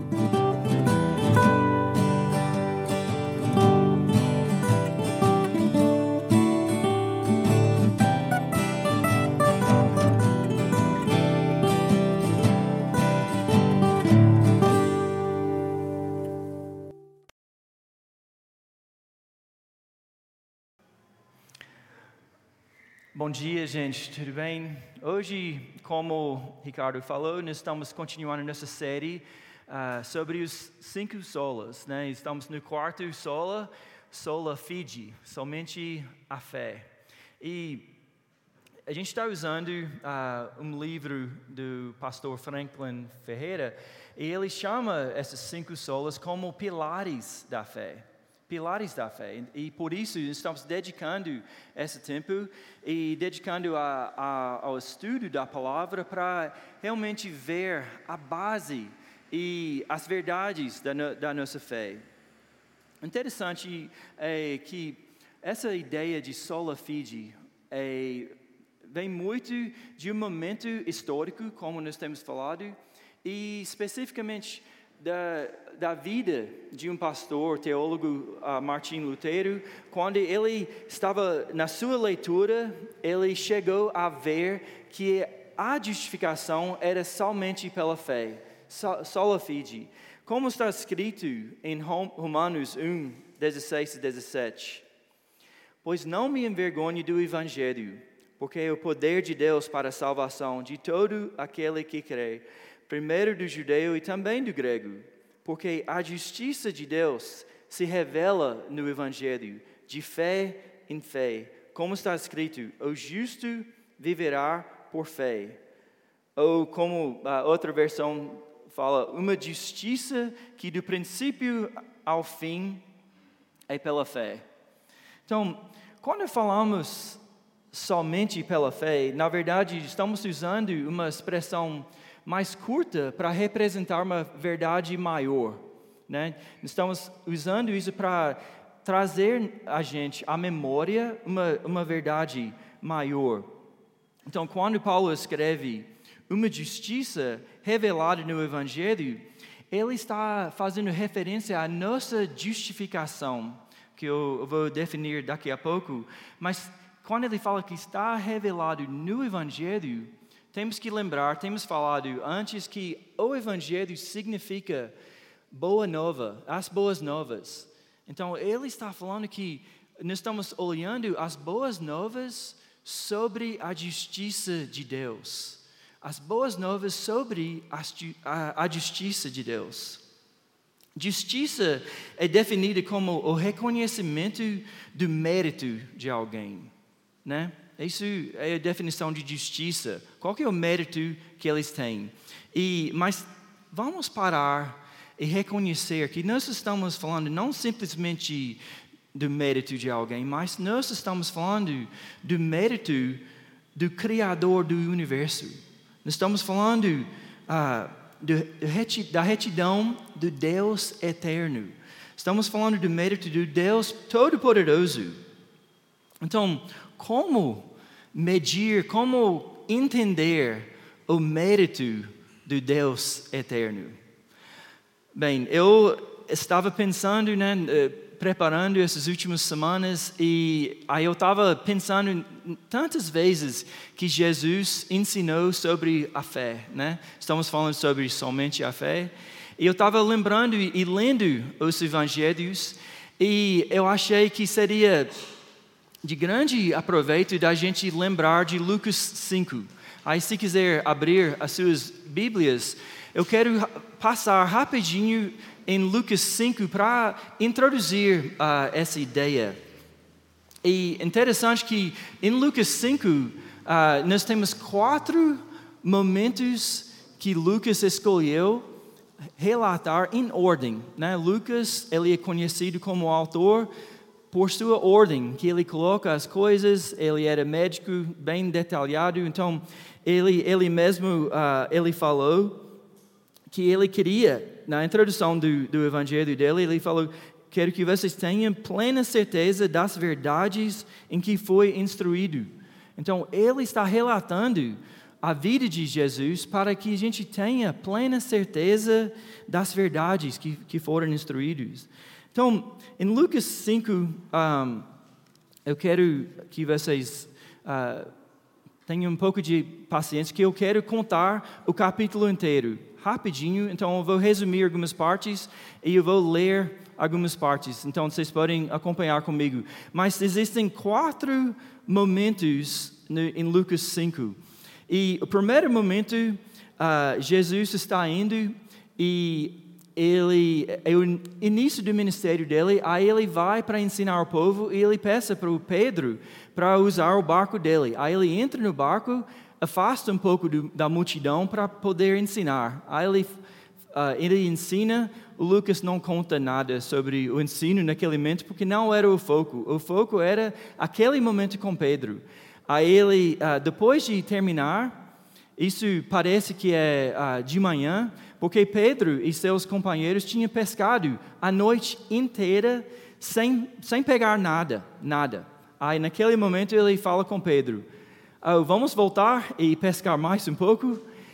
Bom dia, gente, tudo bem? Hoje, como o Ricardo falou, nós estamos continuando nossa série sobre os 5 solas, né? Estamos no quarto sola, sola fide, somente a fé. E a gente está usando um livro do pastor Franklin Ferreira, e ele chama essas 5 solas como pilares da fé. Pilares da fé, e por isso estamos dedicando esse tempo e dedicando ao estudo da palavra para realmente ver a base e as verdades da nossa fé. Interessante é que essa ideia de sola fide vem muito de um momento histórico, como nós temos falado, e especificamente da vida de um pastor, teólogo, Martim Lutero. Quando ele estava na sua leitura, ele chegou a ver que a justificação era somente pela fé, sola fide. Como está escrito em Romanos 1, 16 e 17. Pois não me envergonho do Evangelho, porque é o poder de Deus para a salvação de todo aquele que crê, primeiro do judeu e também do grego, porque a justiça de Deus se revela no Evangelho, de fé em fé, como está escrito, o justo viverá por fé. Ou como a outra versão fala, uma justiça que do princípio ao fim é pela fé. Então, quando falamos somente pela fé, na verdade estamos usando uma expressão mais curta para representar uma verdade maior, né? Estamos usando isso para trazer a gente à memória uma verdade maior. Então, quando Paulo escreve uma justiça revelada no Evangelho, ele está fazendo referência à nossa justificação, que eu vou definir daqui a pouco, mas quando ele fala que está revelado no Evangelho, temos que lembrar, temos falado antes que o Evangelho significa boa nova, as boas novas. Então, ele está falando que nós estamos olhando as boas novas sobre a justiça de Deus. As boas novas sobre a justiça de Deus. Justiça é definida como o reconhecimento do mérito de alguém, né? Isso é a definição de justiça. Qual que é o mérito que eles têm? Mas vamos parar e reconhecer que nós estamos falando não simplesmente do mérito de alguém, mas nós estamos falando do mérito do Criador do universo. Nós estamos falando da retidão do Deus eterno. Estamos falando do mérito do Deus Todo-Poderoso. Então, como medir, como entender o mérito do Deus eterno? Bem, eu estava pensando, né, preparando essas últimas semanas, e aí eu estava pensando tantas vezes que Jesus ensinou sobre a fé, né? Estamos falando sobre somente a fé, e eu estava lembrando e lendo os evangelhos, e eu achei que seria de grande aproveito da gente lembrar de Lucas 5. Aí, se quiser abrir as suas Bíblias, eu quero passar rapidinho em Lucas 5 para introduzir essa ideia. E interessante que em Lucas 5 nós temos 4 momentos que Lucas escolheu relatar em ordem, né? Lucas, ele é conhecido como autor por sua ordem, que ele coloca as coisas. Ele era médico bem detalhado, então ele mesmo ele falou que ele queria, na introdução do evangelho dele, ele falou: quero que vocês tenham plena certeza das verdades em que foi instruído. Então ele está relatando a vida de Jesus para que a gente tenha plena certeza das verdades que foram instruídas. Então, em Lucas 5, eu quero que vocês tenham um pouco de paciência, que eu quero contar o capítulo inteiro, rapidinho. Então, eu vou resumir algumas partes e eu vou ler algumas partes. Então, vocês podem acompanhar comigo. Mas existem 4 momentos em Lucas 5. E o primeiro momento, Jesus está indo e ele, é o início do ministério dele, aí ele vai para ensinar o povo e ele peça para o Pedro para usar o barco dele. Aí ele entra no barco, afasta um pouco da multidão para poder ensinar. Aí ele ensina. O Lucas não conta nada sobre o ensino naquele momento, porque não era o foco. O foco era aquele momento com Pedro. Aí ele, depois de terminar, isso parece que é de manhã, porque Pedro e seus companheiros tinham pescado a noite inteira sem pegar nada. Aí naquele momento ele fala com Pedro, vamos voltar e pescar mais um pouco?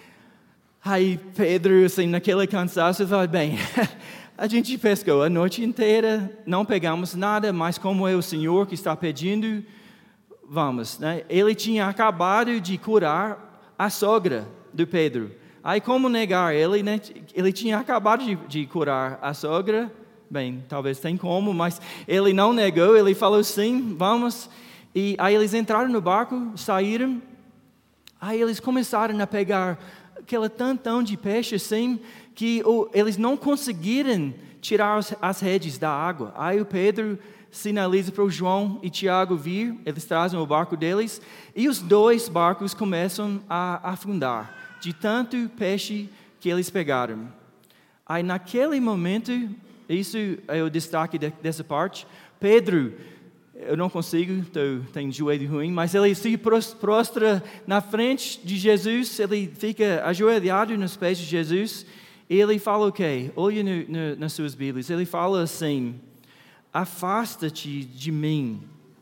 Aí Pedro, assim, naquele cansaço, fala, bem, a gente pescou a noite inteira, não pegamos nada, mas como é o Senhor que está pedindo, vamos, né? Ele tinha acabado de curar a sogra do Pedro. Aí como negar ele, né? Ele tinha acabado de curar a sogra. Bem, talvez tem como, mas ele não negou, ele falou sim, vamos. E aí eles entraram no barco, saíram. Aí eles começaram a pegar aquele tantão de peixe assim, que eles não conseguiram tirar as redes da água. Aí o Pedro sinaliza para o João e Tiago vir, eles trazem o barco deles, e os 2 barcos começam a afundar, de tanto peixe que eles pegaram. Aí naquele momento, isso é o destaque dessa parte, Pedro, eu não consigo, tenho joelho ruim, mas ele se prostra na frente de Jesus, ele fica ajoelhado nos pés de Jesus, e ele fala o quê? Olha nas suas Bíblias, ele fala assim, afasta-te de mim,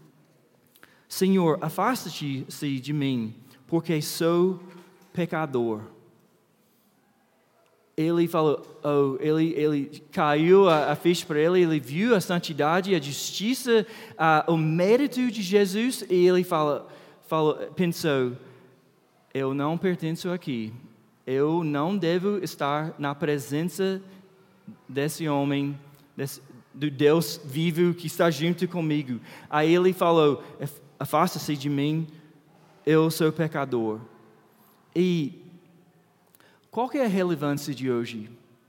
Senhor, afasta-te de mim, porque sou pecador. Ele falou, ele caiu a ficha para ele viu a santidade, a justiça, o mérito de Jesus, e ele pensou, eu não pertenço aqui, eu não devo estar na presença desse homem, do Deus vivo que está junto comigo. Aí ele falou, afasta-se de mim, eu sou pecador. E qual que é a relevância de hoje?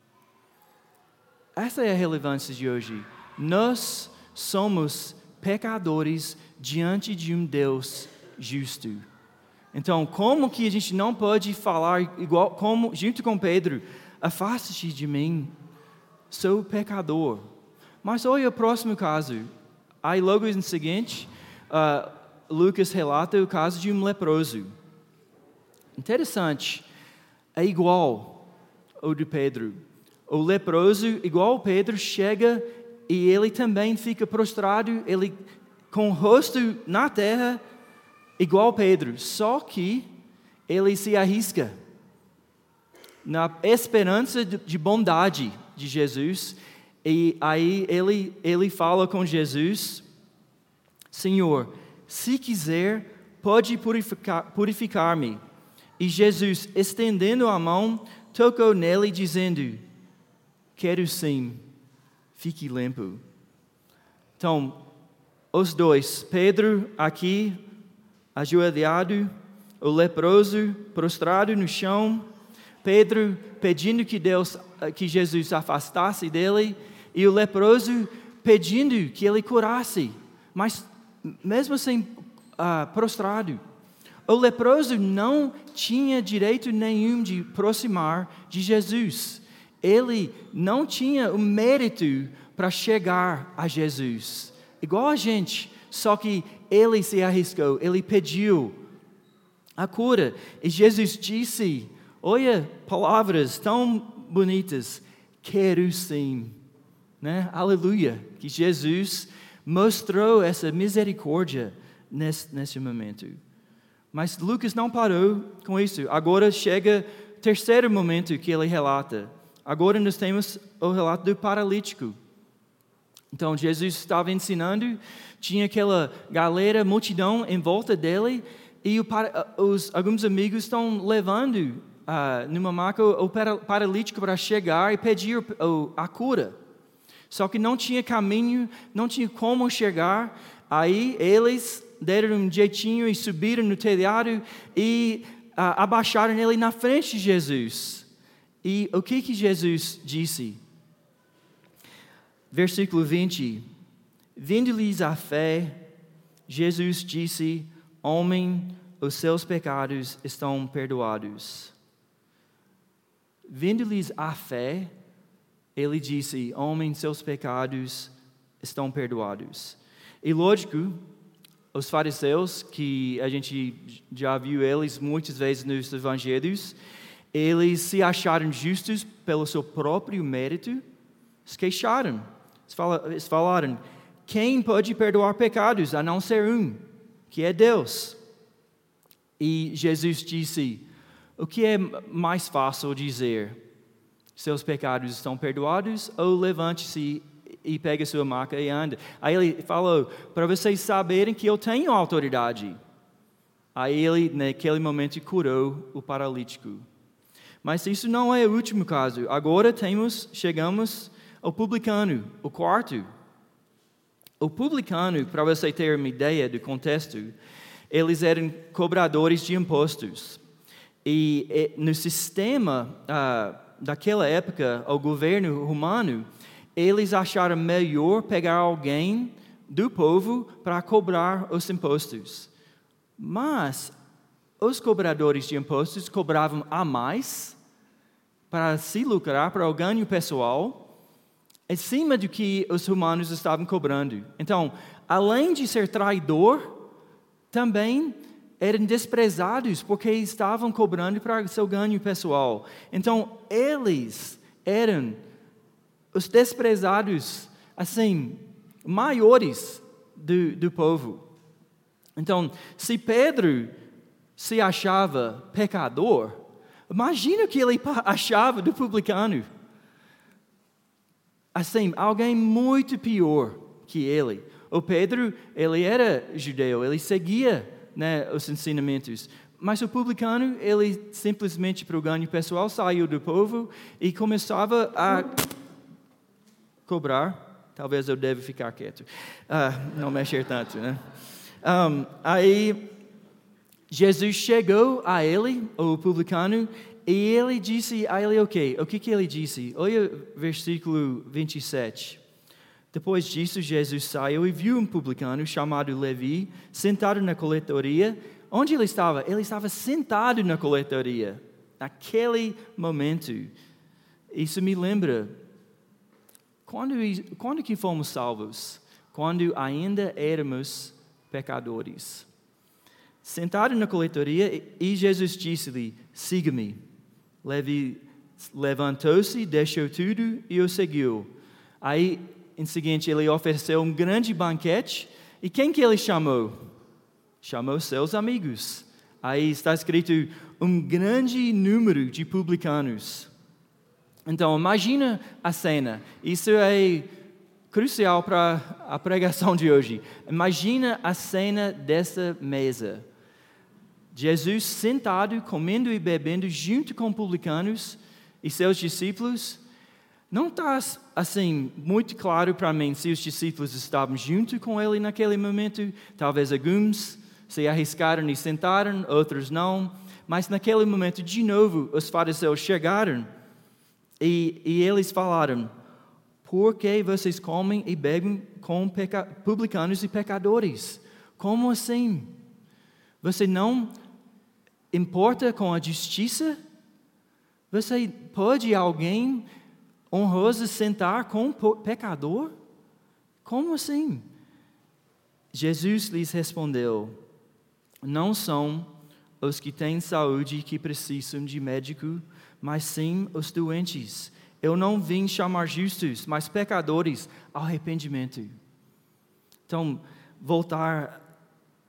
Essa é a relevância de hoje. Nós somos pecadores diante de um Deus justo. Então, como que a gente não pode falar junto com Pedro, afaste-te de mim, sou pecador. Mas olha o próximo caso. Aí logo em seguinte, Lucas relata o caso de um leproso. Interessante. É igual ao de Pedro. O leproso, igual ao Pedro, chega e ele também fica prostrado, ele com o rosto na terra, igual ao Pedro. Só que ele se arrisca na esperança de bondade de Jesus. E aí ele fala com Jesus, Senhor, se quiser, pode purificar-me. E Jesus, estendendo a mão, tocou nele, dizendo, quero sim, fique limpo. Então, os 2, Pedro aqui, ajoelhado, o leproso prostrado no chão, Pedro pedindo que Jesus afastasse dele, e o leproso pedindo que ele curasse, mas mesmo assim prostrado. O leproso não tinha direito nenhum de aproximar de Jesus. Ele não tinha o mérito para chegar a Jesus. Igual a gente, só que ele se arriscou, ele pediu a cura. E Jesus disse, olha, palavras tão bonitas, quero sim. Né? Aleluia, que Jesus mostrou essa misericórdia nesse momento. Mas Lucas não parou com isso. Agora chega o terceiro momento que ele relata. Agora nós temos o relato do paralítico. Então Jesus estava ensinando, tinha aquela galera, multidão em volta dele, e alguns amigos estão levando numa maca o paralítico para chegar e pedir a cura. Só que não tinha caminho, não tinha como chegar. Aí eles deram um jeitinho e subiram no telhado e abaixaram ele na frente de Jesus. E o que Jesus disse? Versículo 20. Vindo-lhes a fé, Jesus disse: homem, os seus pecados estão perdoados. Vindo-lhes a fé, ele disse: homem, seus pecados estão perdoados. E lógico, os fariseus, que a gente já viu eles muitas vezes nos evangelhos, eles se acharam justos pelo seu próprio mérito, se queixaram. Eles falaram: quem pode perdoar pecados a não ser um, que é Deus? E Jesus disse: o que é mais fácil dizer? Seus pecados estão perdoados? Ou levante-se e pegue a sua maca e anda? Aí ele falou: para vocês saberem que eu tenho autoridade. Aí ele, naquele momento, curou o paralítico. Mas isso não é o último caso. Agora chegamos ao publicano, o quarto. O publicano, para você ter uma ideia do contexto, eles eram cobradores de impostos. E no sistema daquela época, o governo romano, eles acharam melhor pegar alguém do povo para cobrar os impostos. Mas os cobradores de impostos cobravam a mais para se lucrar, para o ganho pessoal, acima do que os romanos estavam cobrando. Então, além de ser traidor, também eram desprezados porque estavam cobrando para seu ganho pessoal. Então, eles eram os desprezados, assim, maiores do povo. Então, se Pedro se achava pecador, imagina o que ele achava do publicano. Assim, alguém muito pior que ele. O Pedro, ele era judeu, ele seguia, os ensinamentos. Mas o publicano, ele simplesmente, para o ganho pessoal, saiu do povo e começava a cobrar. Talvez eu deva ficar quieto. Não mexer tanto, né? Aí, Jesus chegou a ele, o publicano, e ele disse a ele o quê? O que ele disse? Olha o versículo 27. Depois disso, Jesus saiu e viu um publicano chamado Levi, sentado na coletoria. Onde ele estava? Ele estava sentado na coletoria, naquele momento. Isso me lembra, quando que fomos salvos? Quando ainda éramos pecadores. Sentado na coletoria, e Jesus disse-lhe: siga-me. Levi levantou-se, deixou tudo e o seguiu. Aí, em seguinte, ele ofereceu um grande banquete. E quem que ele chamou? Chamou seus amigos. Aí está escrito um grande número de publicanos. Então, imagina a cena. Isso é crucial para a pregação de hoje. Imagina a cena dessa mesa. Jesus sentado, comendo e bebendo junto com publicanos e seus discípulos. Não está assim muito claro para mim se os discípulos estavam junto com ele naquele momento. Talvez alguns se arriscaram e sentaram, outros não. Mas naquele momento, de novo, os fariseus chegaram e eles falaram: por que vocês comem e bebem com publicanos e pecadores? Como assim? Você não importa com a justiça? Você pode alguém honroso sentar com um pecador? Como assim? Jesus lhes respondeu: não são os que têm saúde que precisam de médico, mas sim os doentes. Eu não vim chamar justos, mas pecadores ao arrependimento. Então, voltar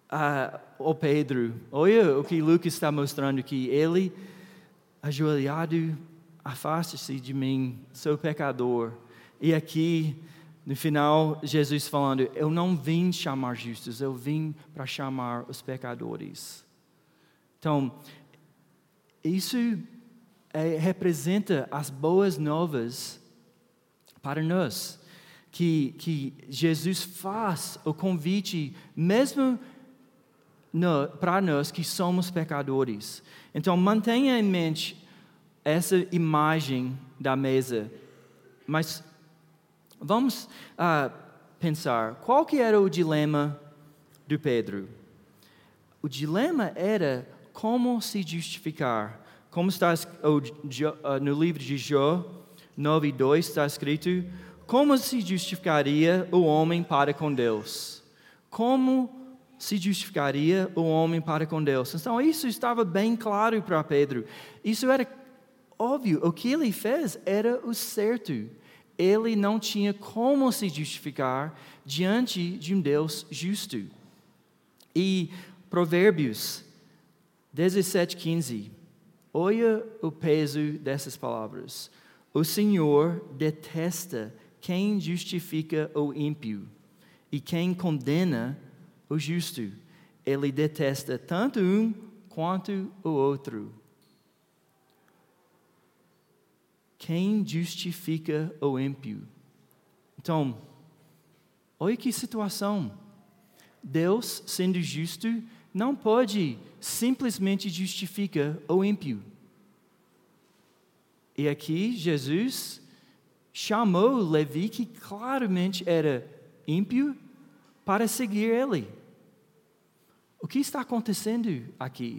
o Pedro, olha o que Lucas está mostrando aqui. Ele, ajoelhado, afaste-se de mim, sou pecador. E aqui, no final, Jesus falando, eu não vim chamar justos, eu vim para chamar os pecadores. Então, isso representa as boas novas para nós, que Jesus faz o convite mesmo para nós que somos pecadores. Então, mantenha em mente essa imagem da mesa. Mas vamos pensar, qual que era o dilema de Pedro? O dilema era como se justificar. Como está no livro de Jó 9:2 está escrito, como se justificaria o homem para com Deus? Como se justificaria o homem para com Deus? Então isso estava bem claro para Pedro. Isso era óbvio, o que ele fez era o certo. Ele não tinha como se justificar diante de um Deus justo. E Provérbios 17:15. Olha o peso dessas palavras. O Senhor detesta quem justifica o ímpio e quem condena o justo. Ele detesta tanto um quanto o outro. Quem justifica o ímpio? Então, olha que situação. Deus, sendo justo, não pode simplesmente justificar o ímpio. E aqui Jesus chamou Levi, que claramente era ímpio, para seguir ele. O que está acontecendo aqui?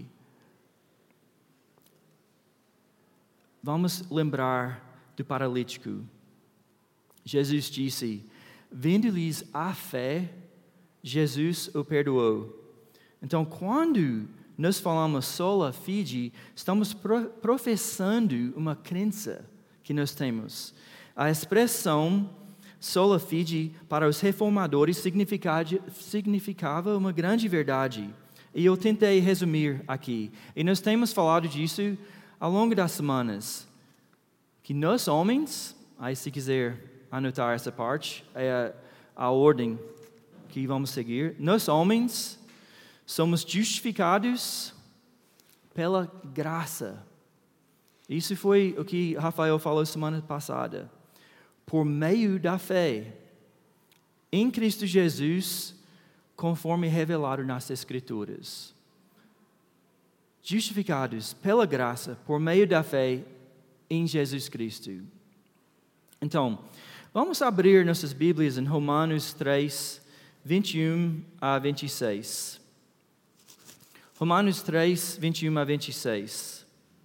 Vamos lembrar do paralítico. Jesus disse, vendo-lhes a fé, Jesus o perdoou. Então, quando nós falamos sola fide, estamos professando uma crença que nós temos. A expressão sola fide para os reformadores significava uma grande verdade. E eu tentei resumir aqui. E nós temos falado disso ao longo das semanas. Que nós homens, aí se quiser anotar essa parte, é a ordem que vamos seguir. Nós homens somos justificados pela graça. Isso foi o que Rafael falou semana passada. Por meio da fé em Cristo Jesus, conforme revelado nas Escrituras. Justificados pela graça, por meio da fé em Jesus Cristo. Então, vamos abrir nossas Bíblias em Romanos 3, 21 a 26. Romanos 3, 21 a 26.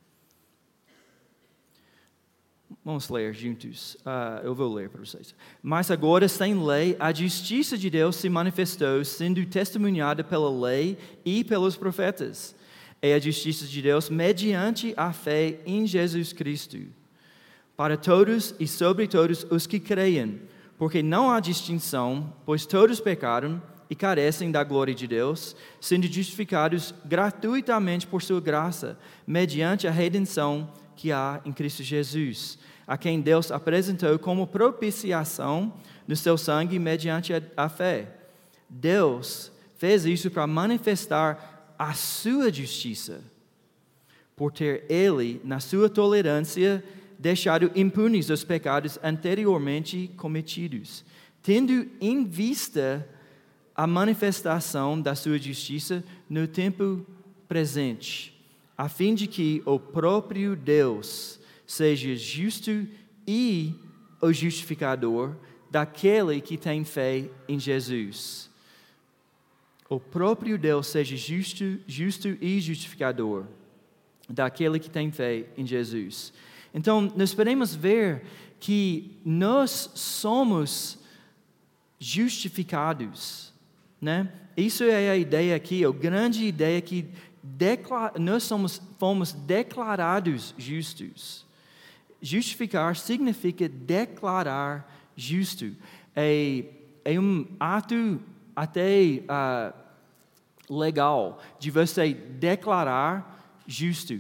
Vamos ler juntos. Eu vou ler para vocês. Mas agora, sem lei, a justiça de Deus se manifestou, sendo testemunhada pela lei e pelos profetas. É a justiça de Deus mediante a fé em Jesus Cristo. Para todos e sobre todos os que creem, porque não há distinção, pois todos pecaram e carecem da glória de Deus, sendo justificados gratuitamente por sua graça, mediante a redenção que há em Cristo Jesus, a quem Deus apresentou como propiciação no seu sangue mediante a fé. Deus fez isso para manifestar a sua justiça, por ter Ele, na sua tolerância, deixado impunes os pecados anteriormente cometidos, tendo em vista a manifestação da sua justiça no tempo presente, a fim de que o próprio Deus seja justo e o justificador daquele que tem fé em Jesus. O próprio Deus seja justo e justificador daquele que tem fé em Jesus. Então, nós podemos ver que nós somos justificados, né? Isso é a ideia aqui, a grande ideia que nós fomos declarados justos. Justificar significa declarar justo. É um ato até legal de você declarar justo.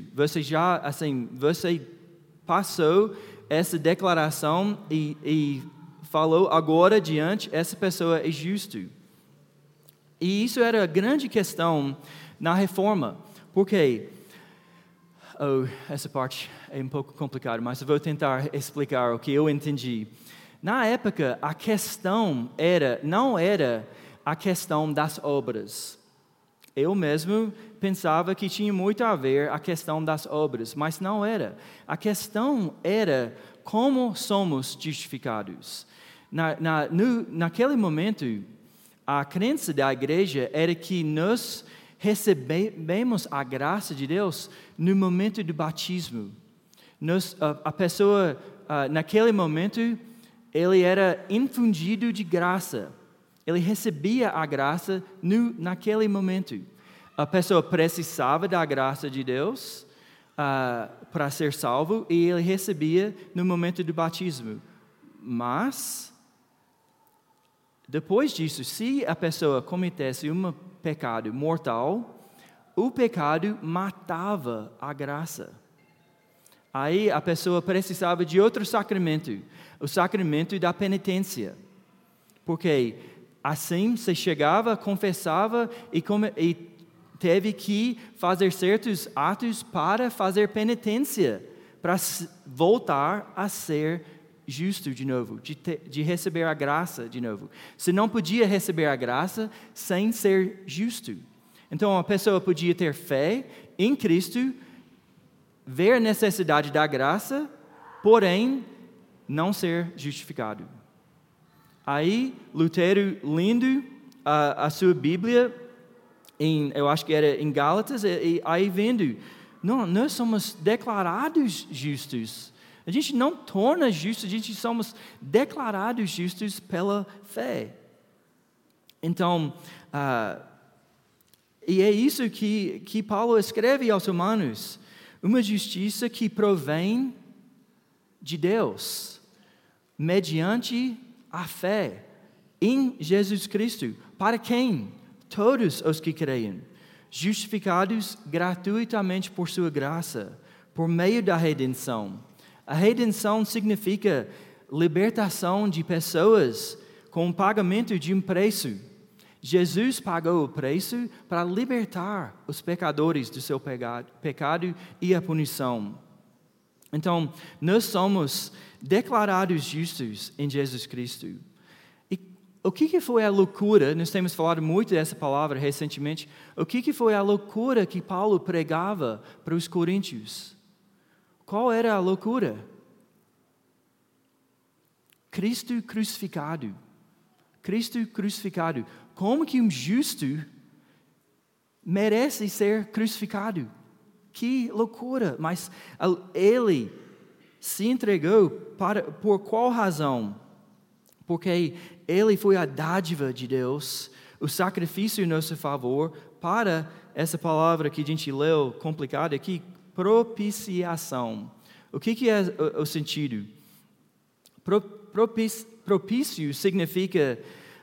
Você passou essa declaração e falou agora adiante, essa pessoa é justo. E isso era a grande questão na reforma, porque essa parte é um pouco complicada, mas eu vou tentar explicar o que eu entendi. Na época, a questão não era a questão das obras. Eu mesmo pensava que tinha muito a ver a questão das obras, mas não era. A questão era como somos justificados. Naquele momento, a crença da igreja era que nós recebemos a graça de Deus no momento do batismo. A pessoa, naquele momento, ele era infundido de graça. Ele recebia a graça naquele momento. A pessoa precisava da graça de Deus para ser salvo e ele recebia no momento do batismo. Mas, depois disso, se a pessoa cometesse um pecado mortal, o pecado matava a graça. Aí a pessoa precisava de outro sacramento, o sacramento da penitência. Porque assim você chegava, confessava e teve que fazer certos atos para fazer penitência, para voltar a ser justo de novo, de receber a graça de novo. Você não podia receber a graça sem ser justo. Então a pessoa podia ter fé em Cristo, ver a necessidade da graça, porém não ser justificado. Aí Lutero, lendo a sua Bíblia, eu acho que era em Gálatas, e aí vendo, não, nós somos declarados justos. A gente não torna justos, a gente somos declarados justos pela fé. Então, e é isso que Paulo escreve aos Romanos. Uma justiça que provém de Deus, mediante a fé em Jesus Cristo. Para quem? Todos os que creem, justificados gratuitamente por sua graça, por meio da redenção. A redenção significa libertação de pessoas com o pagamento de um preço. Jesus pagou o preço para libertar os pecadores do seu pecado e a punição. Então, nós somos declarados justos em Jesus Cristo. E o que foi a loucura? Nós temos falado muito dessa palavra recentemente. O que foi a loucura que Paulo pregava para os coríntios? Qual era a loucura? Cristo crucificado. Cristo crucificado. Como que um justo merece ser crucificado? Que loucura! Mas ele se entregou por qual razão? Porque ele foi a dádiva de Deus, o sacrifício em nosso favor, para essa palavra que a gente leu complicada aqui, propiciação. O que é o sentido? Propício significa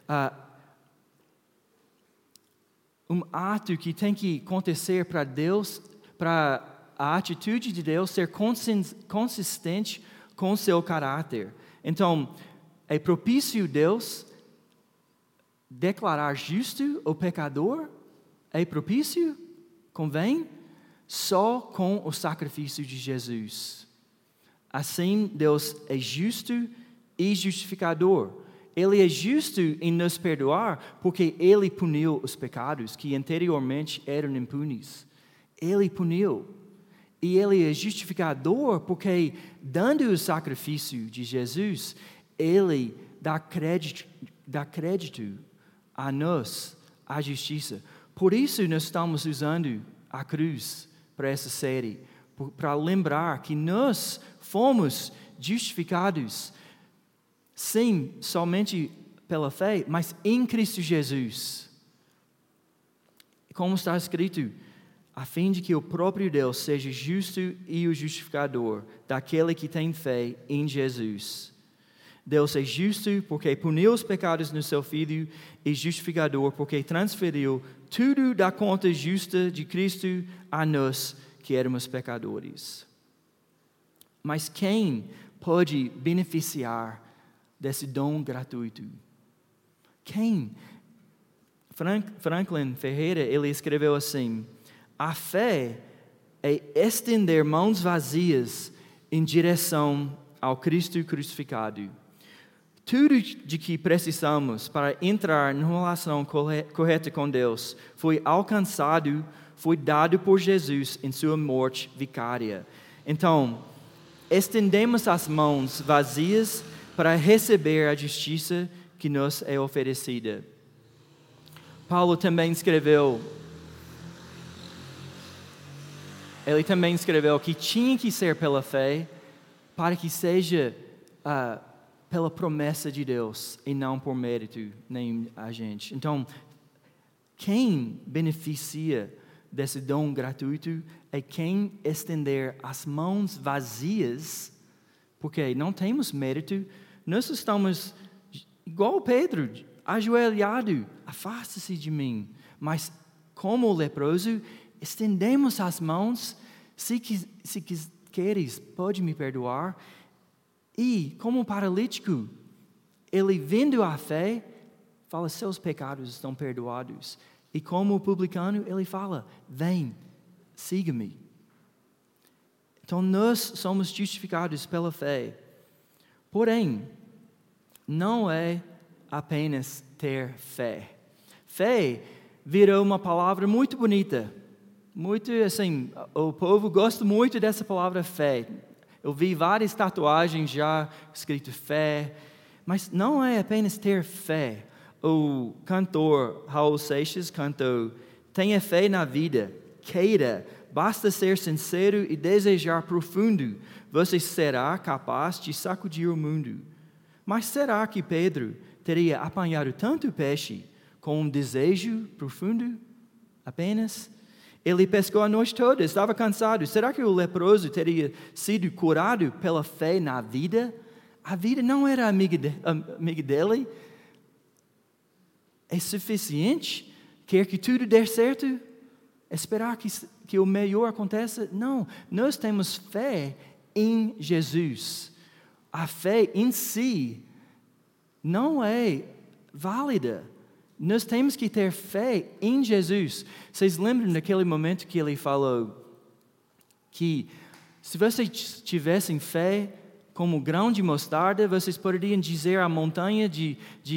um ato que tem que acontecer para Deus, para a atitude de Deus ser consistente com o seu caráter. Então, é propício Deus declarar justo o pecador? É propício? Convém? Só com o sacrifício de Jesus. Assim, Deus é justo e justificador. Ele é justo em nos perdoar porque Ele puniu os pecados que anteriormente eram impunes. Ele puniu. E Ele é justificador porque, dando o sacrifício de Jesus, Ele dá crédito a nós, a justiça. Por isso nós estamos usando a cruz para essa série, para lembrar que nós fomos justificados, sim, somente pela fé, mas em Cristo Jesus. Como está escrito, a fim de que o próprio Deus seja justo e o justificador daquele que tem fé em Jesus. Deus é justo porque puniu os pecados no seu Filho e justificador porque transferiu tudo da conta justa de Cristo a nós que éramos pecadores. Mas quem pode beneficiar desse dom gratuito? Quem? Franklin Ferreira, ele escreveu assim: a fé é estender mãos vazias em direção ao Cristo crucificado. Tudo de que precisamos para entrar numa relação correta com Deus foi alcançado, foi dado por Jesus em sua morte vicária. Então, estendemos as mãos vazias para receber a justiça que nos é oferecida. Paulo também escreveu, que tinha que ser pela fé para que seja pela promessa de Deus e não por mérito nem a gente. Então, quem beneficia desse dom gratuito é quem estender as mãos vazias, porque não temos mérito, nós estamos igual Pedro, ajoelhado, afasta-se de mim. Mas como leproso, estendemos as mãos, se queres, pode me perdoar. E como paralítico, ele vendo a fé, fala, seus pecados estão perdoados. E como publicano, ele fala, vem, siga-me. Então nós somos justificados pela fé. Porém, não é apenas ter fé. Fé virou uma palavra muito bonita. Muito assim, o povo gosta muito dessa palavra fé. Eu vi várias tatuagens já escrito fé, mas não é apenas ter fé. O cantor Raul Seixas cantou: tenha fé na vida, queira, basta ser sincero e desejar profundo, você será capaz de sacudir o mundo. Mas será que Pedro teria apanhado tanto peixe com um desejo profundo apenas? Ele pescou a noite toda, estava cansado. Será que o leproso teria sido curado pela fé na vida? A vida não era amiga dele. É suficiente? Quer que tudo dê certo? Esperar que o melhor aconteça? Não, nós temos fé em Jesus. A fé em si não é válida. Nós temos que ter fé em Jesus. Vocês lembram daquele momento que ele falou que se vocês tivessem fé como grão de mostarda, vocês poderiam dizer à montanha de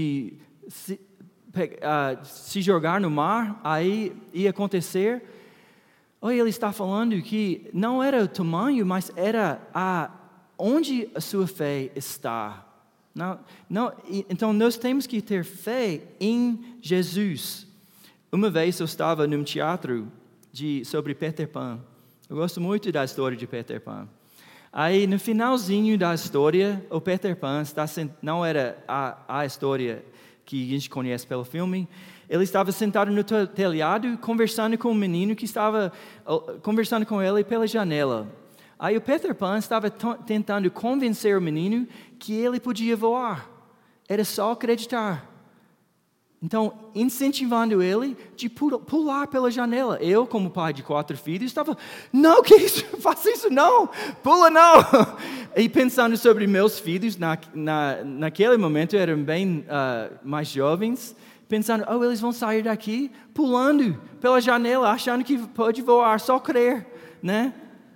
se jogar no mar, aí ia acontecer. Ou ele está falando que não era o tamanho, mas era onde a sua fé está. Então nós temos que ter fé em Jesus. Uma vez eu estava num teatro sobre Peter Pan. Eu gosto muito da história de Peter Pan. Aí no finalzinho da história, o Peter Pan não era a história que a gente conhece pelo filme. Ele estava sentado no telhado conversando com um menino que estava conversando com ele pela janela. Aí o Peter Pan estava tentando convencer o menino que ele podia voar. Era só acreditar. Então, incentivando ele de pular pela janela. Eu, como pai de 4 filhos, estava, não, que isso? Faça isso não, pula não. E pensando sobre meus filhos, naquele momento eram bem mais jovens, pensando, eles vão sair daqui pulando pela janela, achando que pode voar, só crer, né?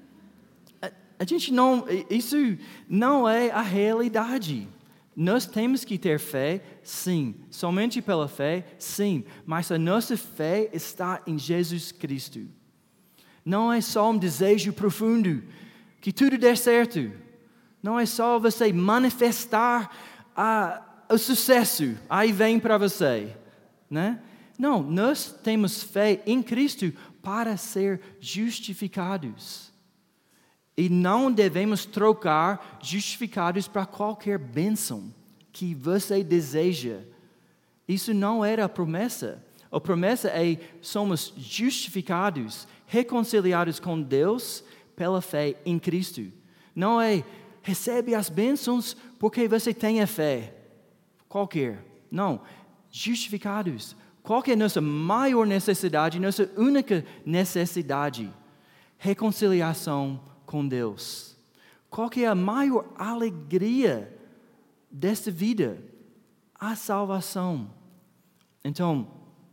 Isso não é a realidade. Nós temos que ter fé, sim. Somente pela fé, sim. Mas a nossa fé está em Jesus Cristo. Não é só um desejo profundo que tudo dê certo. Não é só você manifestar o sucesso. Aí vem para você, né? Não, nós temos fé em Cristo para ser justificados. E não devemos trocar justificados para qualquer bênção que você deseja. Isso não era a promessa. A promessa é somos justificados, reconciliados com Deus pela fé em Cristo. Não é recebe as bênçãos porque você tem a fé. Qualquer. Não. Justificados. Qual que é a nossa maior necessidade, nossa única necessidade? Reconciliação com Deus. Qual que é a maior alegria desta vida? A salvação. Então,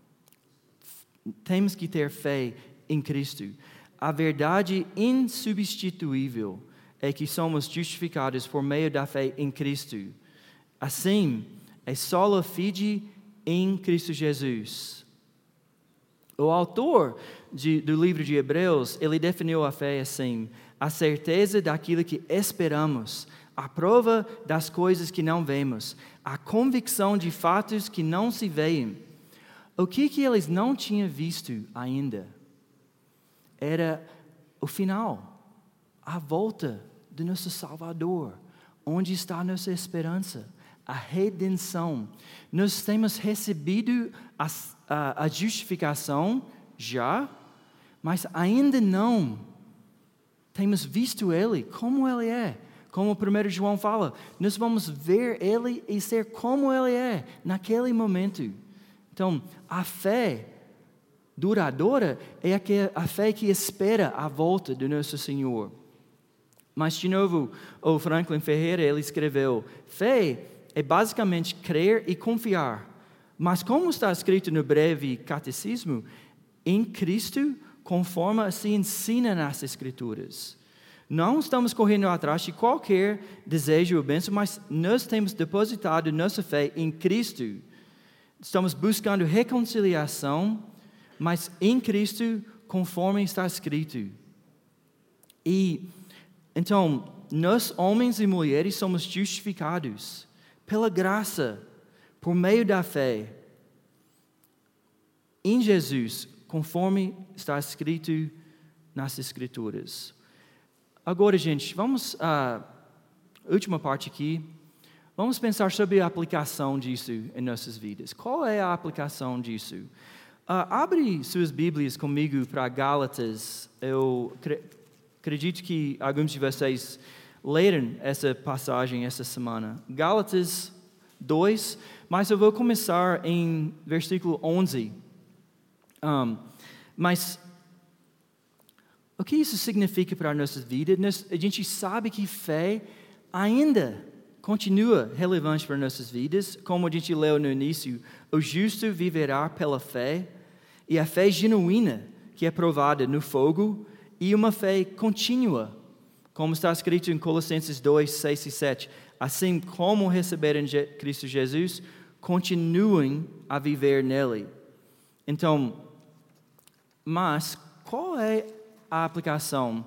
temos que ter fé em Cristo. A verdade insubstituível é que somos justificados por meio da fé em Cristo. Assim, é sola fide em Cristo Jesus. O autor do livro de Hebreus, ele definiu a fé assim: a certeza daquilo que esperamos, a prova das coisas que não vemos, a convicção de fatos que não se veem. O que eles não tinham visto ainda era o final, a volta do nosso Salvador, onde está a nossa esperança, a redenção. Nós temos recebido a justificação já, mas ainda não temos visto Ele como Ele é. Como o 1 João fala, nós vamos ver Ele e ser como Ele é naquele momento. Então, a fé duradoura é a fé que espera a volta do nosso Senhor. Mas, de novo, o Franklin Ferreira, ele escreveu, fé é basicamente crer e confiar. Mas como está escrito no breve catecismo, em Cristo, conforme se ensina nas Escrituras. Não estamos correndo atrás de qualquer desejo ou bênção, mas nós temos depositado nossa fé em Cristo. Estamos buscando reconciliação, mas em Cristo, conforme está escrito. E, então, nós, homens e mulheres, somos justificados pela graça, por meio da fé, em Jesus, conforme está escrito nas Escrituras. Agora, gente, vamos à última parte aqui. Vamos pensar sobre a aplicação disso em nossas vidas. Qual é a aplicação disso? Abre suas Bíblias comigo para Gálatas. Eu acredito que alguns de vocês leram essa passagem essa semana. Gálatas 2, mas eu vou começar em versículo 11. Mas o que isso significa para a nossa vida? A gente sabe que fé ainda continua relevante para nossas vidas. Como a gente leu no início, o justo viverá pela fé. E a fé genuína, que é provada no fogo, e uma fé contínua, como está escrito em Colossenses 2, 6 e 7. Assim como receberam Cristo Jesus, continuem a viver nele. Então, mas qual é a aplicação?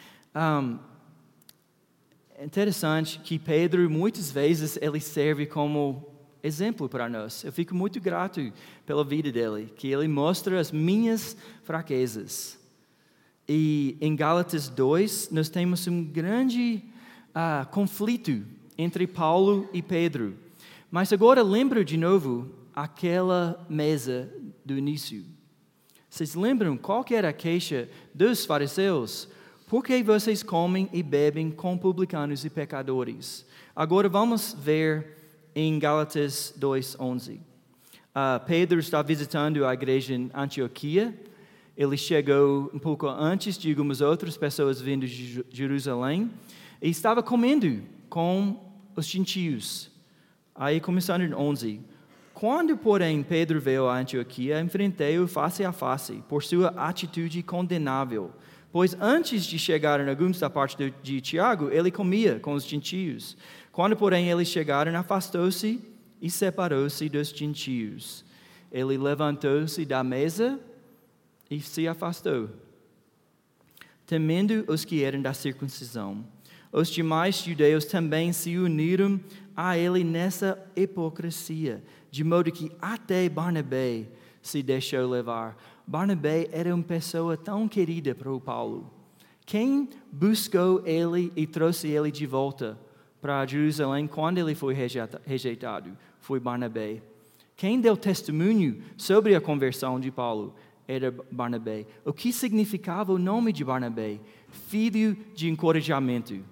É interessante que Pedro, muitas vezes, ele serve como exemplo para nós. Eu fico muito grato pela vida dele, que ele mostra as minhas fraquezas. E em Gálatas 2, nós temos um grande conflito entre Paulo e Pedro. Mas agora lembro de novo aquela mesa do início. Vocês lembram qual que era a queixa dos fariseus? Por que vocês comem e bebem com publicanos e pecadores? Agora vamos ver em Gálatas 2:11. Pedro está visitando a igreja em Antioquia. Ele chegou um pouco antes de algumas outras pessoas vindo de Jerusalém e estava comendo com os gentios. Aí começando em 11. Quando, porém, Pedro veio a Antioquia, enfrentei-o face a face por sua atitude condenável. Pois antes de chegarem alguns da parte de Tiago, ele comia com os gentios. Quando, porém, eles chegaram, afastou-se e separou-se dos gentios. Ele levantou-se da mesa e se afastou, temendo os que eram da circuncisão. Os demais judeus também se uniram a ele nessa hipocrisia, de modo que até Barnabé se deixou levar. Barnabé era uma pessoa tão querida para o Paulo. Quem buscou ele e trouxe ele de volta para Jerusalém quando ele foi rejeitado foi Barnabé. Quem deu testemunho sobre a conversão de Paulo era Barnabé. O que significava o nome de Barnabé? Filho de encorajamento.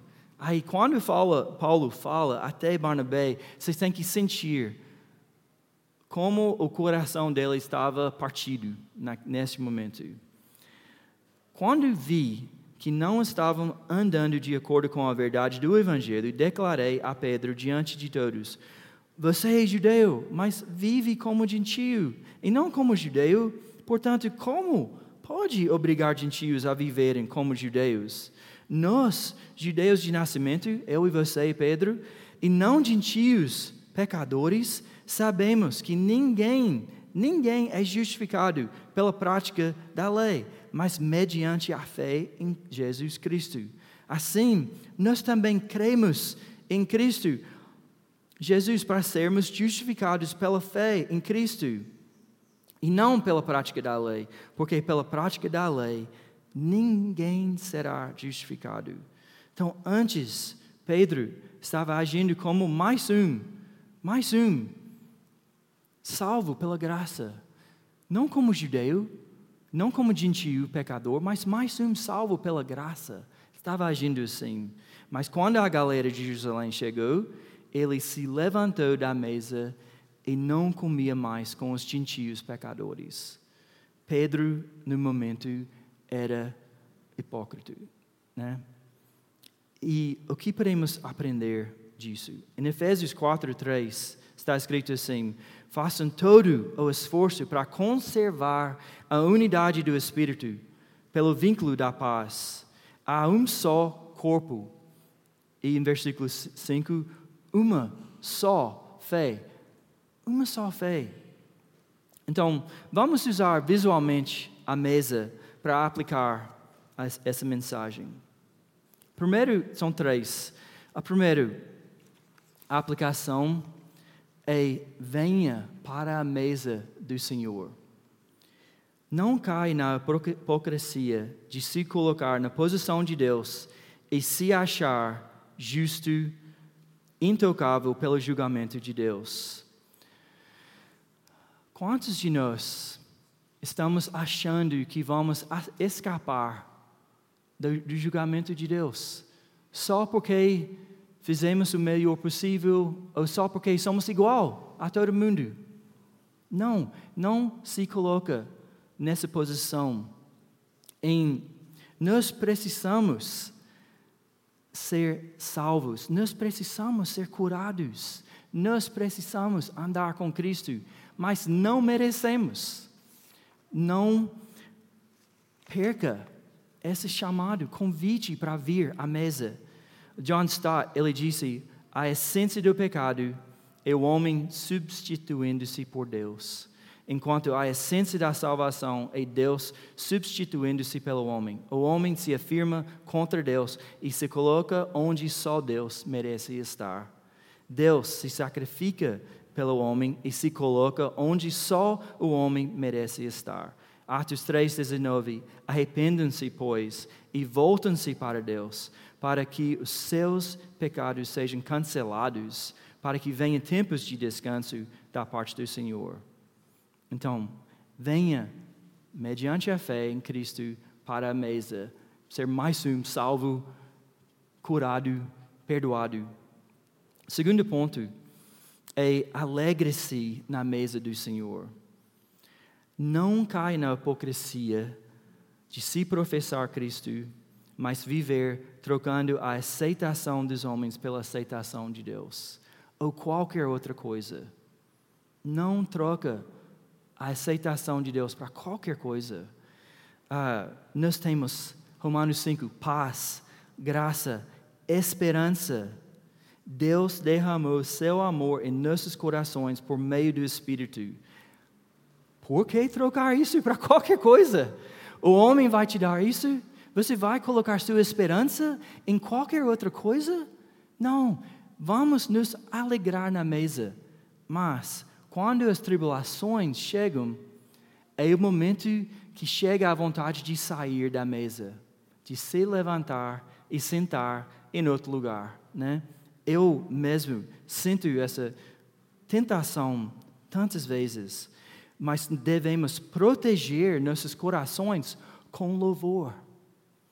Aí quando Paulo fala até Barnabé, vocês têm que sentir como o coração dele estava partido nesse momento. Quando vi que não estavam andando de acordo com a verdade do Evangelho, declarei a Pedro diante de todos: você é judeu, mas vive como gentio, e não como judeu. Portanto, como pode obrigar gentios a viverem como judeus? Nós, judeus de nascimento, eu e você, Pedro, e não gentios, pecadores, sabemos que ninguém é justificado pela prática da lei, mas mediante a fé em Jesus Cristo. Assim, nós também cremos em Cristo Jesus para sermos justificados pela fé em Cristo e não pela prática da lei, porque pela prática da lei ninguém será justificado. Então, antes, Pedro estava agindo como mais um, salvo pela graça. Não como judeu, não como gentio pecador, mas mais um salvo pela graça. Estava agindo assim. Mas quando a galera de Jerusalém chegou, ele se levantou da mesa e não comia mais com os gentios pecadores. Pedro, no momento, era hipócrita, né? E o que podemos aprender disso? Em Efésios 4:3 está escrito assim: façam todo o esforço para conservar a unidade do Espírito pelo vínculo da paz. Há um só corpo. E em versículo 5, uma só fé. Uma só fé. Então, vamos usar visualmente a mesa para aplicar essa mensagem. Primeiro, são três. A primeira aplicação é: venha para a mesa do Senhor. Não cai na hipocrisia de se colocar na posição de Deus e se achar justo, intocável pelo julgamento de Deus. Quantos de nós estamos achando que vamos escapar do julgamento de Deus só porque fizemos o melhor possível ou só porque somos igual a todo mundo? Não se coloca nessa posição. Nós precisamos ser salvos, nós precisamos ser curados, nós precisamos andar com Cristo, mas não merecemos. Não perca esse chamado, convite para vir à mesa. John Stott, ele disse: a essência do pecado é o homem substituindo-se por Deus, enquanto a essência da salvação é Deus substituindo-se pelo homem. O homem se afirma contra Deus e se coloca onde só Deus merece estar. Deus se sacrifica pelo homem e se coloca onde só o homem merece estar. Atos 3:19, arrependam-se, pois, e voltem-se para Deus, para que os seus pecados sejam cancelados, para que venham tempos de descanso da parte do Senhor. Então, venha, mediante a fé em Cristo, para a mesa, ser mais um salvo, curado, perdoado. Segundo ponto é: alegre-se na mesa do Senhor. Não cai na hipocrisia de se professar Cristo, mas viver trocando a aceitação dos homens pela aceitação de Deus, ou qualquer outra coisa. Não troca a aceitação de Deus para qualquer coisa. Nós temos, Romanos 5, paz, graça, esperança. Deus derramou seu amor em nossos corações por meio do Espírito. Por que trocar isso para qualquer coisa? O homem vai te dar isso? Você vai colocar sua esperança em qualquer outra coisa? Não, vamos nos alegrar na mesa. Mas, quando as tribulações chegam, é o momento que chega a vontade de sair da mesa, de se levantar e sentar em outro lugar, né? Eu mesmo sinto essa tentação tantas vezes, mas devemos proteger nossos corações com louvor.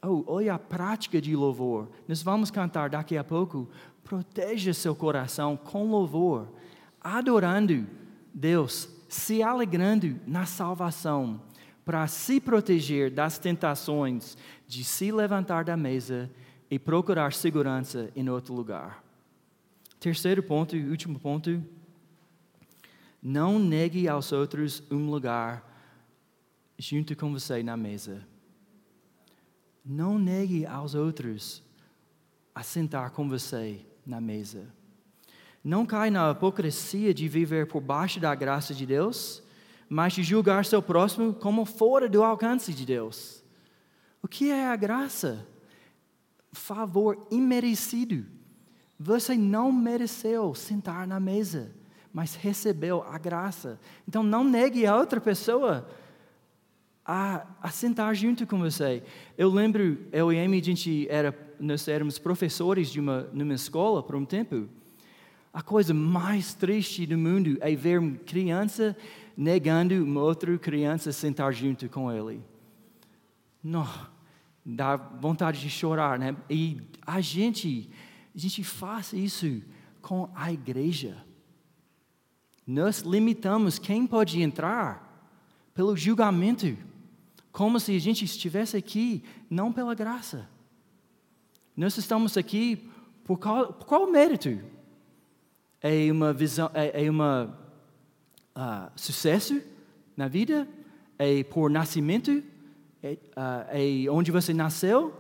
Olha a prática de louvor. Nós vamos cantar daqui a pouco. Proteja seu coração com louvor, adorando Deus, se alegrando na salvação, para se proteger das tentações de se levantar da mesa e procurar segurança em outro lugar. Terceiro ponto e último ponto. Não negue aos outros um lugar junto com você na mesa. Não negue aos outros a sentar com você na mesa. Não caia na hipocrisia de viver por baixo da graça de Deus, mas de julgar seu próximo como fora do alcance de Deus. O que é a graça? Favor imerecido. Você não mereceu sentar na mesa, mas recebeu a graça. Então não negue a outra pessoa a sentar junto com você. Eu lembro, eu e Amy, nós éramos professores numa escola por um tempo. A coisa mais triste do mundo é ver uma criança negando uma outra criança sentar junto com ele. Não, dá vontade de chorar, né? E a gente faz isso com a igreja. Nós limitamos quem pode entrar pelo julgamento, como se a gente estivesse aqui não pela graça. Nós estamos aqui por qual mérito? É uma visão, sucesso na vida? É por nascimento? É onde você nasceu?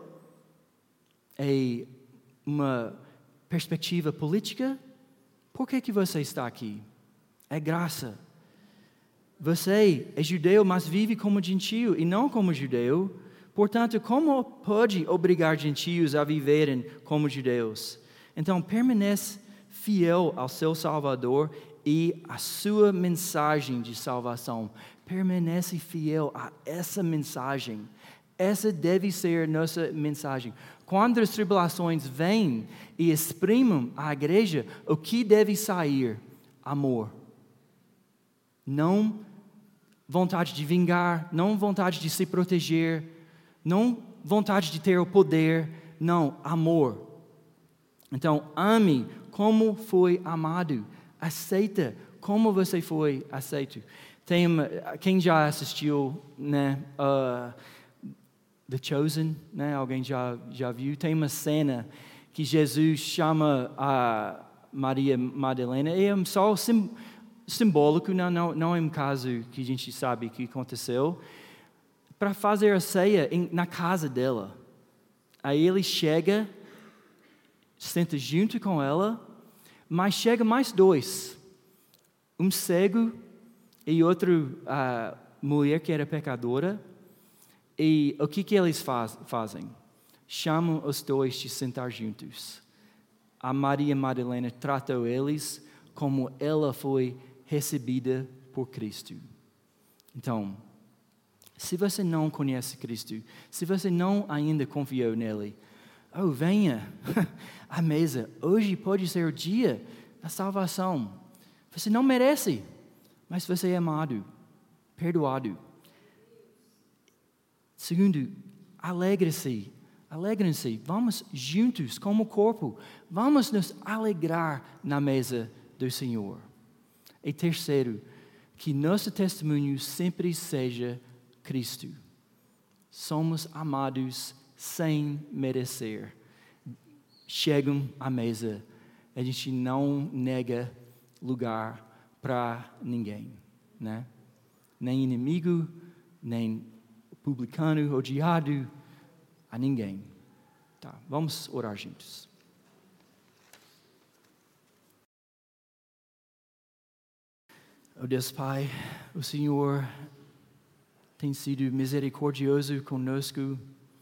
É uma perspectiva política? Por que você está aqui? É graça. Você é judeu, mas vive como gentio e não como judeu. Portanto, como pode obrigar gentios a viverem como judeus? Então, permanece fiel ao seu Salvador e à sua mensagem de salvação. Permanece fiel a essa mensagem. Essa deve ser nossa mensagem. Quando as tribulações vêm e exprimem a igreja, o que deve sair? Amor. Não vontade de vingar, não vontade de se proteger, não vontade de ter o poder, não, amor. Então, ame como foi amado, aceita como você foi aceito. Quem já assistiu, né, The Chosen, né, alguém já viu? Tem uma cena que Jesus chama a Maria Madalena, e é só simbólico, não é um caso que a gente sabe que aconteceu, para fazer a ceia na casa dela. Aí ele chega, senta junto com ela, mas chega mais dois, um cego e outra mulher que era pecadora. E o que eles fazem? Chamam os dois de sentar juntos. A Maria Madalena tratou eles como ela foi recebida por Cristo. Então, se você não conhece Cristo, se você não ainda confiou nele, venha à mesa. Hoje pode ser o dia da salvação. Você não merece, mas você é amado, perdoado. Segundo, alegre-se. Alegrem-se. Vamos juntos como corpo. Vamos nos alegrar na mesa do Senhor. E terceiro, que nosso testemunho sempre seja Cristo. Somos amados sem merecer. Chegam à mesa, a gente não nega lugar para ninguém, né? Nem inimigo, nem publicano, odiado, a ninguém. Tá, vamos orar juntos. Oh Deus Pai, o Senhor tem sido misericordioso conosco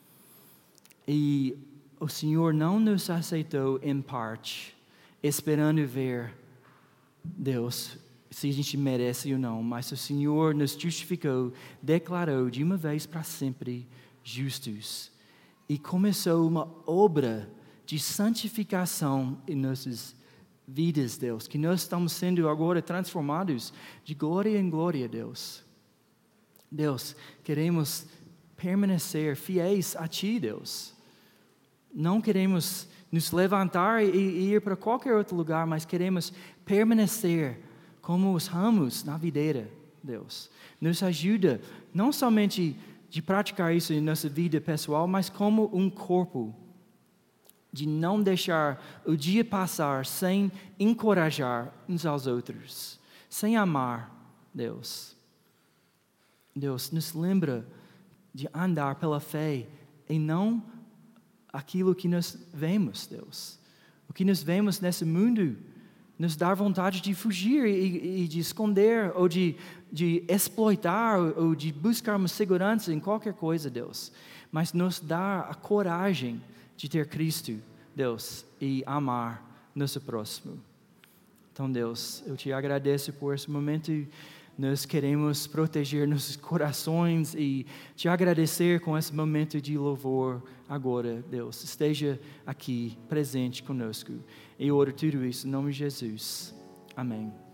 e o Senhor não nos aceitou em parte, esperando ver, Deus, se a gente merece ou não, mas o Senhor nos justificou, declarou de uma vez para sempre justos e começou uma obra de santificação em nossas vidas, Deus, que nós estamos sendo agora transformados de glória em glória, Deus. Deus, queremos permanecer fiéis a Ti, Deus. Não queremos nos levantar e ir para qualquer outro lugar, mas queremos permanecer como os ramos na videira, Deus. Nos ajuda não somente de praticar isso em nossa vida pessoal, mas como um corpo, de não deixar o dia passar sem encorajar uns aos outros, sem amar, Deus. Deus, nos lembra de andar pela fé e não aquilo que nós vemos, Deus. O que nós vemos nesse mundo nos dá vontade de fugir e de esconder, ou de exploitar, ou de buscar uma segurança em qualquer coisa, Deus. Mas nos dá a coragem de ter Cristo, Deus, e amar nosso próximo. Então, Deus, eu te agradeço por esse momento. Nós queremos proteger nossos corações e te agradecer com esse momento de louvor agora, Deus. Esteja aqui, presente conosco. Eu oro tudo isso em nome de Jesus. Amém.